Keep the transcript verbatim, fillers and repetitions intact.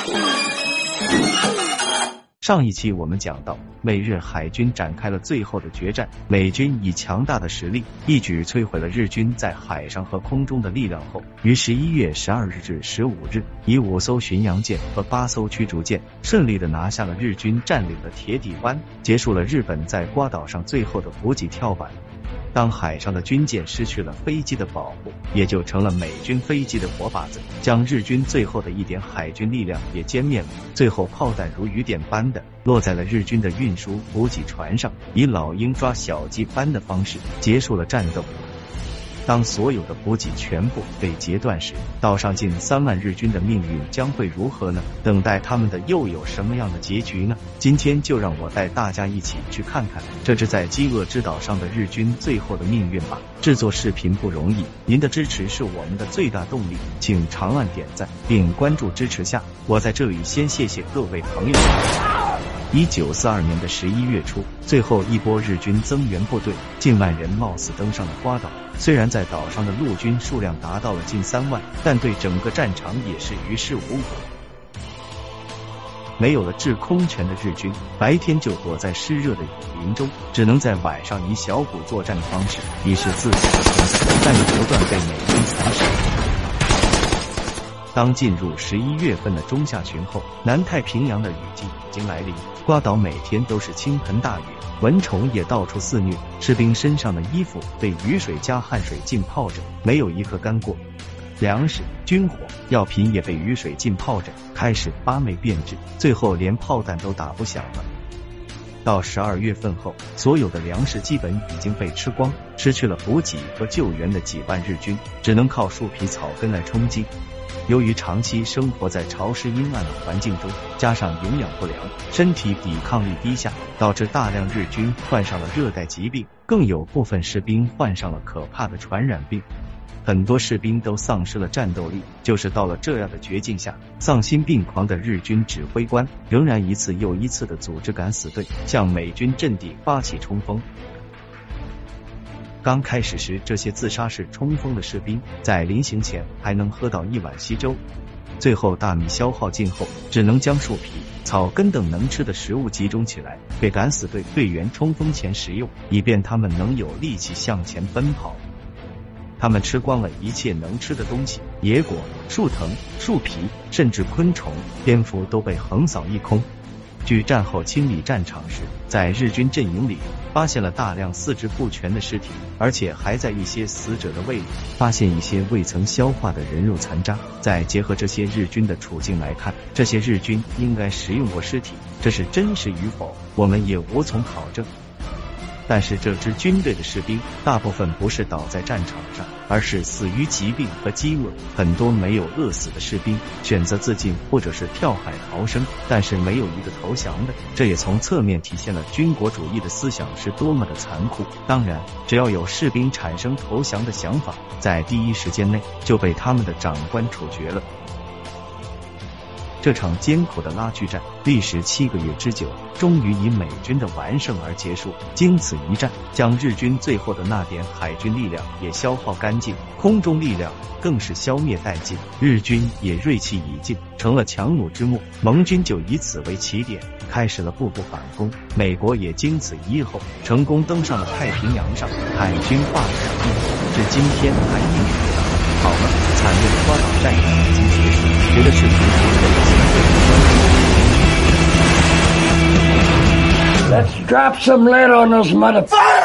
上一期我们讲到，美日海军展开了最后的决战，美军以强大的实力一举摧毁了日军在海上和空中的力量后，于十一月十二日至十五日，以五艘巡洋舰和八艘驱逐舰顺利的拿下了日军占领的铁底湾，结束了日本在瓜岛上最后的补给跳板。当海上的军舰失去了飞机的保护，也就成了美军飞机的活靶子，将日军最后的一点海军力量也歼灭了。最后炮弹如雨点般的落在了日军的运输补给船上，以老鹰抓小鸡般的方式结束了战斗。当所有的补给全部被截断时，岛上近三万日军的命运将会如何呢？等待他们的又有什么样的结局呢？今天就让我带大家一起去看看这支在饥饿之岛上的日军最后的命运吧。制作视频不容易，您的支持是我们的最大动力，请长按点赞并关注支持下。我在这里先谢谢各位朋友。一九四二年的十一月初，最后一波日军增援部队近万人冒死登上了瓜岛。虽然在岛上的陆军数量达到了近三万，但对整个战场也是于事无补。没有了制空权的日军，白天就躲在湿热的雨林中，只能在晚上以小股作战的方式以示自己的存在，但也不断被美军蚕食。当进入十一月份的中下旬后，南太平洋的雨季已经来临，瓜岛每天都是倾盆大雨，蚊虫也到处肆虐，士兵身上的衣服被雨水加汗水浸泡着，没有一刻干过。粮食、军火、药品也被雨水浸泡着，开始发霉变质，最后连炮弹都打不响了。到十二月份后，所有的粮食基本已经被吃光，失去了补给和救援的几万日军，只能靠树皮草根来充饥。由于长期生活在潮湿阴暗的环境中，加上营养不良，身体抵抗力低下，导致大量日军患上了热带疾病，更有部分士兵患上了可怕的传染病。很多士兵都丧失了战斗力，就是到了这样的绝境下，丧心病狂的日军指挥官仍然一次又一次的组织敢死队向美军阵地发起冲锋。刚开始时，这些自杀式冲锋的士兵在临行前还能喝到一碗稀粥，最后大米消耗尽后，只能将树皮、草根等能吃的食物集中起来，给敢死队队员冲锋前食用，以便他们能有力气向前奔跑。他们吃光了一切能吃的东西，野果、树藤、树皮，甚至昆虫、蝙蝠都被横扫一空。据战后清理战场时，在日军阵营里发现了大量四肢不全的尸体，而且还在一些死者的胃里发现一些未曾消化的人肉残渣。再结合这些日军的处境来看，这些日军应该食用过尸体，这是真实与否，我们也无从考证。但是这支军队的士兵大部分不是倒在战场上，而是死于疾病和饥饿。很多没有饿死的士兵选择自尽或者是跳海逃生，但是没有一个投降的。这也从侧面体现了军国主义的思想是多么的残酷。当然，只要有士兵产生投降的想法，在第一时间内就被他们的长官处决了。这场艰苦的拉锯战历时七个月之久，终于以美军的完胜而结束。经此一战，将日军最后的那点海军力量也消耗干净，空中力量更是消灭殆尽，日军也锐气已尽，成了强弩之末。盟军就以此为起点，开始了步步反攻。美国也经此一役后，成功登上了太平洋上，海军霸主地位至今天还屹立不倒。好了，惨烈的瓜岛战役已经结束，别的视频我 Let's drop some lead on those motherfuckers!